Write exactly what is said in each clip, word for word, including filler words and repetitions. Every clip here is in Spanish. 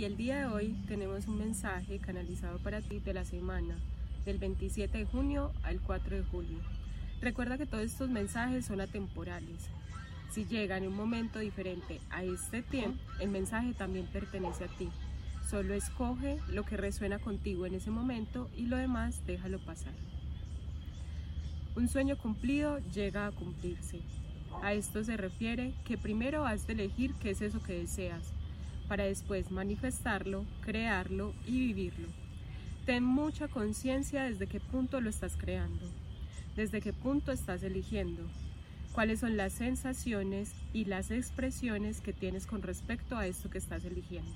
el día de hoy tenemos un mensaje canalizado para ti de la semana del veintisiete de junio al cuatro de julio. Recuerda que todos estos mensajes son atemporales. Si llegan en un momento diferente a este tiempo, el mensaje también pertenece a ti. Solo escoge lo que resuena contigo en ese momento y lo demás déjalo pasar. Un sueño cumplido llega a cumplirse. A esto se refiere que primero has de elegir qué es eso que deseas, para después manifestarlo, crearlo y vivirlo. Ten mucha conciencia desde qué punto lo estás creando, desde qué punto estás eligiendo, cuáles son las sensaciones y las expresiones que tienes con respecto a esto que estás eligiendo.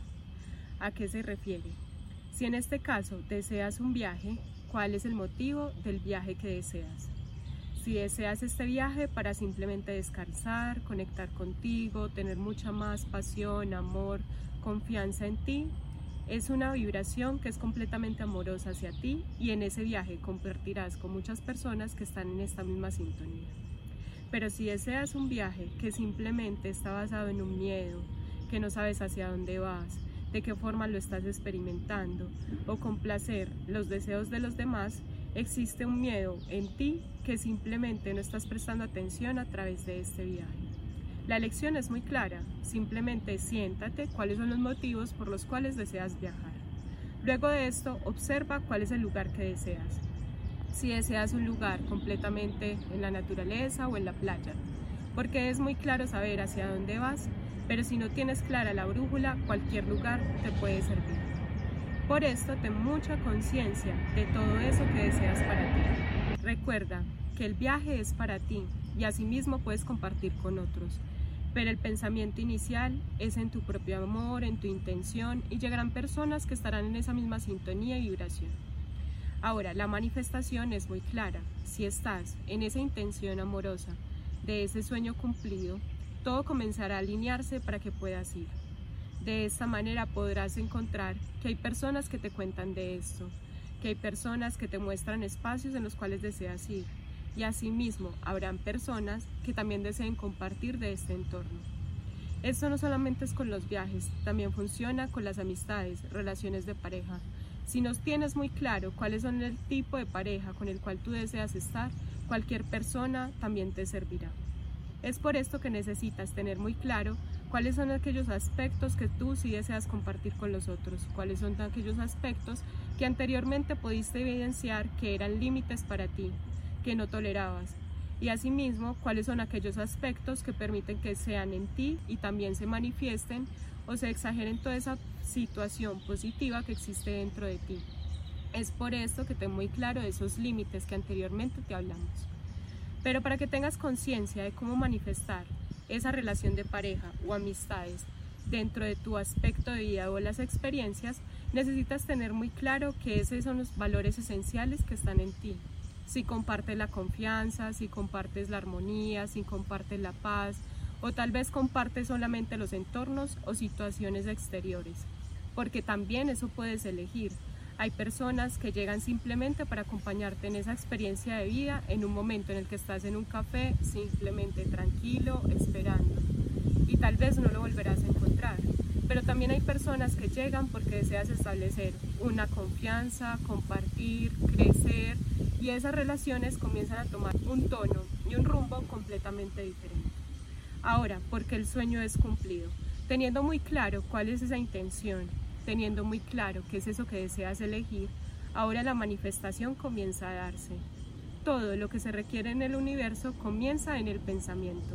¿A qué se refiere? Si en este caso deseas un viaje, ¿cuál es el motivo del viaje que deseas? Si deseas este viaje para simplemente descansar, conectar contigo, tener mucha más pasión, amor, confianza en ti, es una vibración que es completamente amorosa hacia ti y en ese viaje compartirás con muchas personas que están en esta misma sintonía. Pero si deseas un viaje que simplemente está basado en un miedo, que no sabes hacia dónde vas, de qué forma lo estás experimentando o complacer los deseos de los demás, existe un miedo en ti que simplemente no estás prestando atención a través de este viaje. La elección es muy clara, simplemente siéntate cuáles son los motivos por los cuales deseas viajar. Luego de esto, observa cuál es el lugar que deseas. Si deseas un lugar completamente en la naturaleza o en la playa, porque es muy claro saber hacia dónde vas, pero si no tienes clara la brújula, cualquier lugar te puede servir. Por esto, ten mucha conciencia de todo eso que deseas para ti. Recuerda que el viaje es para ti y asimismo puedes compartir con otros, pero el pensamiento inicial es en tu propio amor, en tu intención y llegarán personas que estarán en esa misma sintonía y vibración. Ahora, la manifestación es muy clara. Si estás en esa intención amorosa de ese sueño cumplido, todo comenzará a alinearse para que puedas ir. De esta manera podrás encontrar que hay personas que te cuentan de esto, que hay personas que te muestran espacios en los cuales deseas ir, y asimismo habrán personas que también deseen compartir de este entorno. Esto no solamente es con los viajes, también funciona con las amistades, relaciones de pareja. Si no tienes muy claro cuáles son el tipo de pareja con el cual tú deseas estar, cualquier persona también te servirá. Es por esto que necesitas tener muy claro cuáles son aquellos aspectos que tú sí deseas compartir con los otros, cuáles son aquellos aspectos que anteriormente pudiste evidenciar que eran límites para ti, que no tolerabas, y asimismo cuáles son aquellos aspectos que permiten que sean en ti y también se manifiesten o se exageren toda esa situación positiva que existe dentro de ti. Es por esto que ten muy claro esos límites que anteriormente te hablamos. Pero para que tengas conciencia de cómo manifestar esa relación de pareja o amistades dentro de tu aspecto de vida o las experiencias, necesitas tener muy claro que esos son los valores esenciales que están en ti. Si compartes la confianza, si compartes la armonía, si compartes la paz, o tal vez compartes solamente los entornos o situaciones exteriores, porque también eso puedes elegir. Hay personas que llegan simplemente para acompañarte en esa experiencia de vida en un momento en el que estás en un café, simplemente tranquilo, esperando. Y tal vez no lo volverás a encontrar. Pero también hay personas que llegan porque deseas establecer una confianza, compartir, crecer, y esas relaciones comienzan a tomar un tono y un rumbo completamente diferente. Ahora, porque el sueño es cumplido, teniendo muy claro cuál es esa intención, teniendo muy claro qué es eso que deseas elegir, ahora la manifestación comienza a darse. Todo lo que se requiere en el universo comienza en el pensamiento,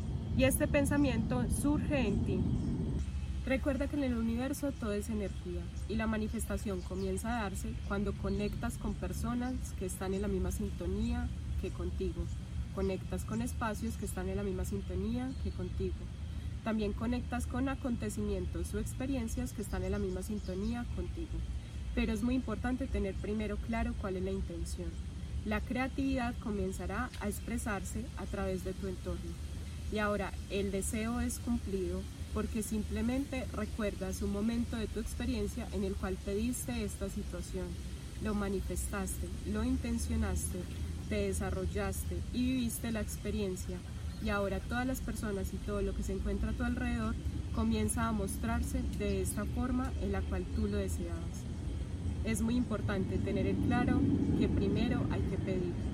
y este pensamiento surge en ti. Recuerda que en el universo todo es energía, y la manifestación comienza a darse cuando conectas con personas que están en la misma sintonía que contigo, conectas con espacios que están en la misma sintonía que contigo. También conectas con acontecimientos o experiencias que están en la misma sintonía contigo. Pero es muy importante tener primero claro cuál es la intención. La creatividad comenzará a expresarse a través de tu entorno. Y ahora el deseo es cumplido porque simplemente recuerdas un momento de tu experiencia en el cual pediste esta situación, lo manifestaste, lo intencionaste, te desarrollaste y viviste la experiencia. y ahora todas las personas y todo lo que se encuentra a tu alrededor comienza a mostrarse de esta forma en la cual tú lo deseabas. Es muy importante tener en claro que primero hay que pedir.